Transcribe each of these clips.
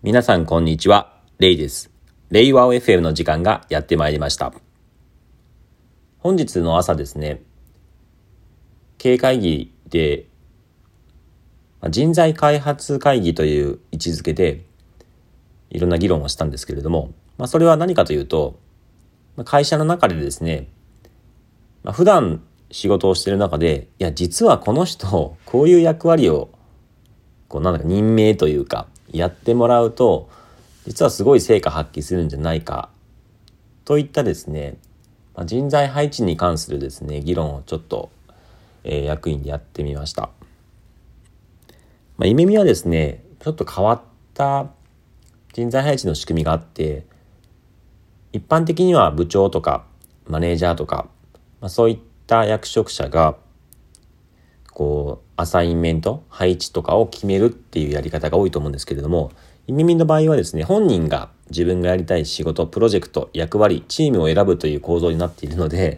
皆さんこんにちは、レイです。レイワオ FM の時間がやってまいりました。本日の朝ですね、経営会議で人材開発会議という位置づけでいろんな議論をしたんですけれども、それは何かというと、会社の中でですね、普段仕事をしている中で、実はこの人こういう役割を任命というかやってもらうと実はすごい成果発揮するんじゃないかといったですね、人材配置に関するですね議論をちょっと、役員でやってみました。イメミはですねちょっと変わった人材配置の仕組みがあって、一般的には部長とかマネージャーとか、そういった役職者がアサインメント配置とかを決めるっていうやり方が多いと思うんですけれども、イメミの場合はですね、本人が自分がやりたい仕事、プロジェクト、役割、チームを選ぶという構造になっているので、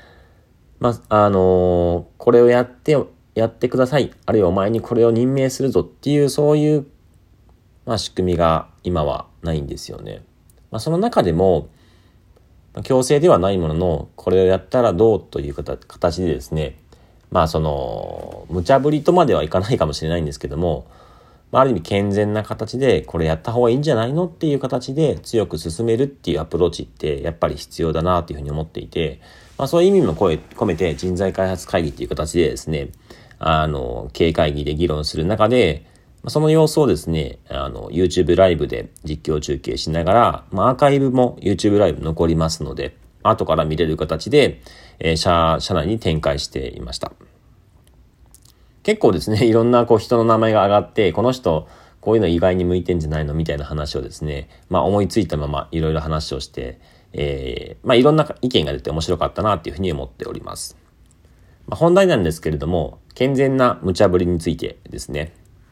これをやってください、あるいはお前にこれを任命するぞっていうそういう、仕組みが今はないんですよね。その中でも強制ではないものの、これをやったらどうという形でですね、無茶ぶりとまではいかないかもしれないんですけども、ある意味健全な形でこれやった方がいいんじゃないのっていう形で強く進めるっていうアプローチってやっぱり必要だなというふうに思っていて、そういう意味も込めて人材開発会議っていう形でですね、経営会議で議論する中で、その様子をですね、YouTube ライブで実況中継しながら、アーカイブも YouTube ライブ残りますので、後から見れる形で、社内に展開していました。結構ですね、いろんな人の名前が上がって、この人こういうの意外に向いてんじゃないのみたいな話をですね、思いついたままいろいろ話をして、いろんな意見が出て面白かったなというふうに思っております。本題なんですけれども、健全な無茶ぶりについてですね。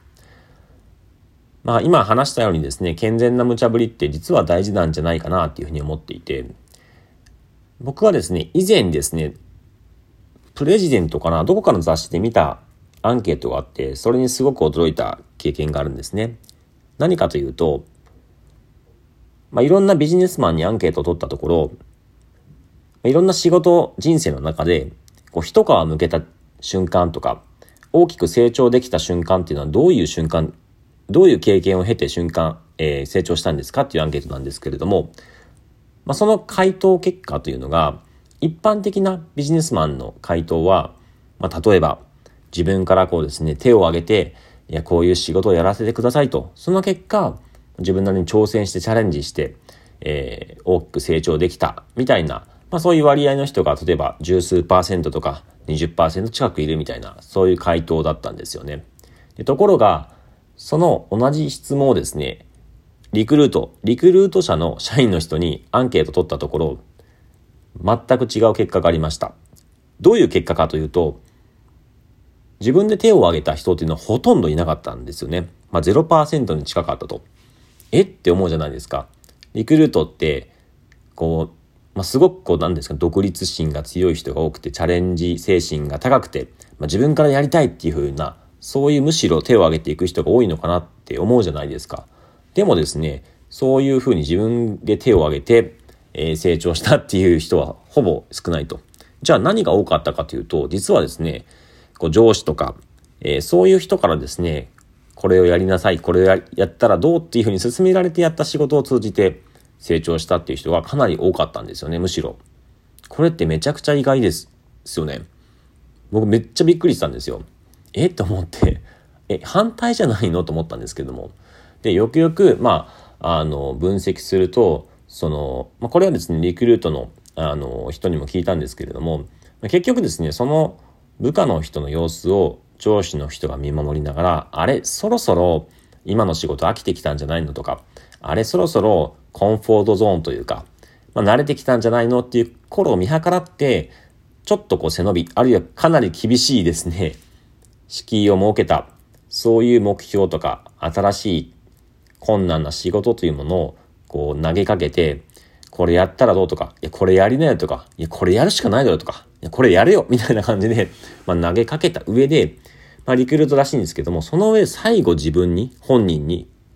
今話したようにですね、健全な無茶ぶりって実は大事なんじゃないかなというふうに思っていて、僕はですね、以前ですね、プレジデントかな、どこかの雑誌で見たアンケートがあって、それにすごく驚いた経験があるんですね。何かというと、いろんなビジネスマンにアンケートを取ったところ、いろんな仕事人生の中で一皮むけた瞬間とか、大きく成長できた瞬間っていうのはどういう瞬間、どういう経験を経て成長したんですかっていうアンケートなんですけれども、その回答結果というのが、一般的なビジネスマンの回答は、例えば自分からですね、手を挙げて、こういう仕事をやらせてくださいと、その結果自分なりに挑戦してチャレンジして、大きく成長できたみたいな、そういう割合の人が例えば十数%とか 20% 近くいるみたいな、そういう回答だったんですよね。ところがその同じ質問をですね、リクルート社の社員の人にアンケート取ったところ、全く違う結果がありました。どういう結果かというと、自分で手を挙げた人っていうのはほとんどいなかったんですよね。0% に近かったと。って思うじゃないですか。リクルートってすごく独立心が強い人が多くて、チャレンジ精神が高くて、自分からやりたいっていう風な、そういうむしろ手を挙げていく人が多いのかなって思うじゃないですか。でもですね、そういう風に自分で手を挙げて、成長したっていう人はほぼ少ないと。じゃあ何が多かったかというと、実はですね、上司とか、そういう人からですね、これをやりなさい、これをやったらどうっていう風に勧められてやった仕事を通じて成長したっていう人がかなり多かったんですよね。むしろこれってめちゃくちゃ意外ですよね。僕めっちゃびっくりしたんですよ。と思って、反対じゃないのと思ったんですけども、でよくよく分析すると、これはですね、リクルートの人にも聞いたんですけれども、結局ですね、その部下の人の様子を上司の人が見守りながら、あれそろそろ今の仕事飽きてきたんじゃないのとか、あれそろそろコンフォートゾーンというか、慣れてきたんじゃないのっていう頃を見計らって、ちょっと背伸び、あるいはかなり厳しいですね、敷居を設けた、そういう目標とか新しい困難な仕事というものを投げかけて、これやったらどうとか、これやりなよとか、これやるしかないだろとか、これやれよみたいな感じで、投げかけた上で、リクルートらしいんですけども、その上最後本人に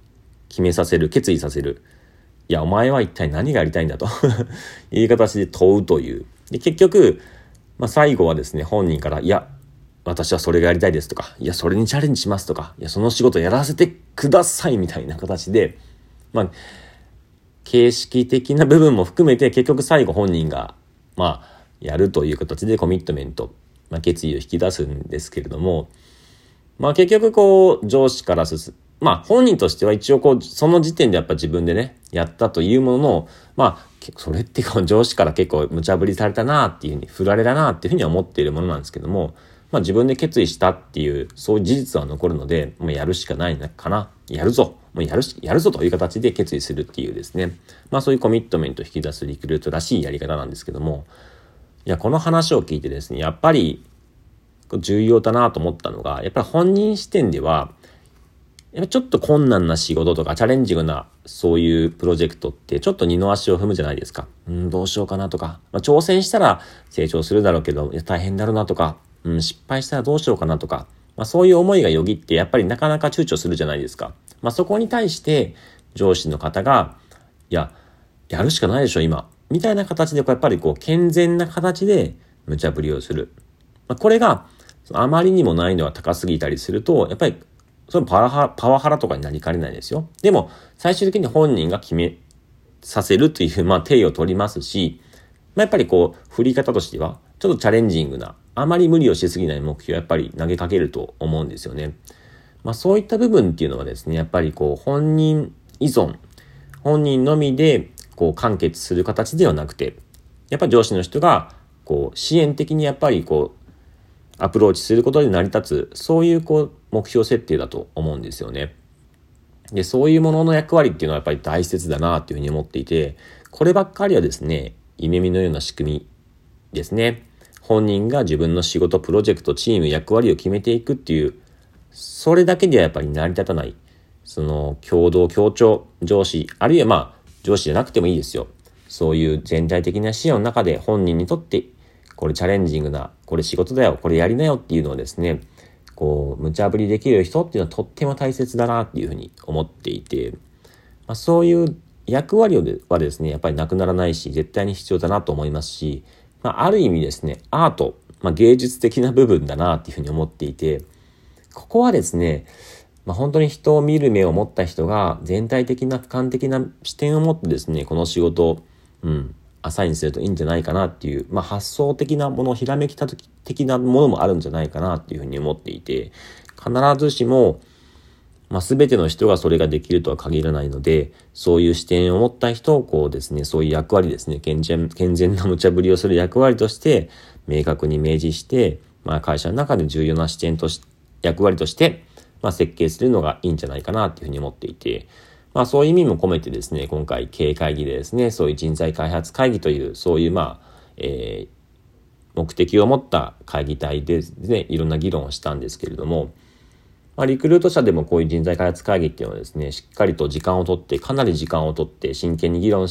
決めさせる、決意させる。いや、お前は一体何がやりたいんだという形で問うという。で、結局、最後はですね、本人から、いや、私はそれがやりたいですとか、いや、それにチャレンジしますとか、いや、その仕事やらせてくださいみたいな形で、形式的な部分も含めて結局最後本人が、やるという形でコミットメント、決意を引き出すんですけれども、結局上司から本人としては一応その時点でやっぱ自分でね、やったというものの、それって上司から結構無茶ぶりされたなっていうふうに、振られたなっていうふうには思っているものなんですけども、自分で決意したっていう、そういう事実は残るので、もうやるしかないのかな。やるぞという形で決意するっていうですね。そういうコミットメントを引き出すリクルートらしいやり方なんですけども、いや、この話を聞いてですね、やっぱり重要だなと思ったのが、やっぱり本人視点では、やっぱちょっと困難な仕事とかチャレンジングなそういうプロジェクトってちょっと二の足を踏むじゃないですか。どうしようかなとか、挑戦したら成長するだろうけど、いや大変だろうなとか、失敗したらどうしようかなとか、そういう思いがよぎってやっぱりなかなか躊躇するじゃないですか。そこに対して上司の方が、いや、やるしかないでしょ今。みたいな形でやっぱり健全な形で無茶ぶりをする。これがあまりにも難易度が高すぎたりすると、やっぱりそのパワハラとかになりかねないですよ。でも最終的に本人が決めさせるという定義を取りますし、やっぱり振り方としてはちょっとチャレンジングな、あまり無理をしすぎない目標をやっぱり投げかけると思うんですよね。そういった部分っていうのはですね、やっぱり本人依存、本人のみで完結する形ではなくて、やっぱり上司の人が支援的にやっぱりアプローチすることで成り立つ、そういう目標設定だと思うんですよね。で、そういうものの役割っていうのはやっぱり大切だなっていうふうに思っていて、こればっかりはですね、夢見のような仕組みですね。本人が自分の仕事、プロジェクト、チーム、役割を決めていくっていう、それだけではやっぱり成り立たない、その共同、協調、上司、あるいは上司じゃなくてもいいですよ。そういう全体的な視野の中で本人にとってこれチャレンジングな、これ仕事だよ、これやりなよっていうのをですね、無茶ぶりできる人っていうのはとっても大切だなっていうふうに思っていて、そういう役割はですね、やっぱりなくならないし、絶対に必要だなと思いますし、ある意味ですね、アート、芸術的な部分だなっていうふうに思っていて、ここはですね、本当に人を見る目を持った人が全体的な俯瞰的な視点を持ってですね、この仕事を、アサインするといいんじゃないかなっていう、発想的なもの、ひらめき的なものもあるんじゃないかなっていうふうに思っていて、必ずしも、全ての人がそれができるとは限らないので、そういう視点を持った人をですね、そういう役割ですね、健全な無茶ぶりをする役割として、明確に明示して、会社の中で重要な視点として、役割として、設計するのがいいんじゃないかなっていうふうに思っていて、そういう意味も込めてですね、今回経営会議でですね、そういう人材開発会議という、そういう目的を持った会議体でですね、いろんな議論をしたんですけれども、リクルート社でもこういう人材開発会議っていうのはですね、しっかりとかなり時間をとって真剣に議論して、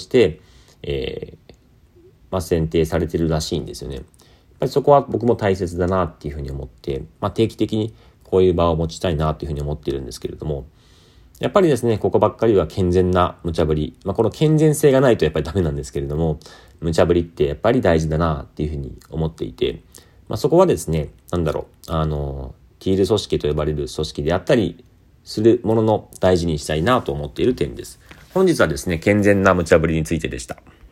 選定されてるらしいんですよね。やっぱりそこは僕も大切だなっていうふうに思って、定期的にこういう場を持ちたいなというふうに思っているんですけれども、やっぱりですね、ここばっかりは健全な無茶ぶり。この健全性がないとやっぱりダメなんですけれども、無茶ぶりってやっぱり大事だなっていうふうに思っていて、そこはですね、ティール組織と呼ばれる組織であったりするものの大事にしたいなと思っている点です。本日はですね、健全な無茶ぶりについてでした。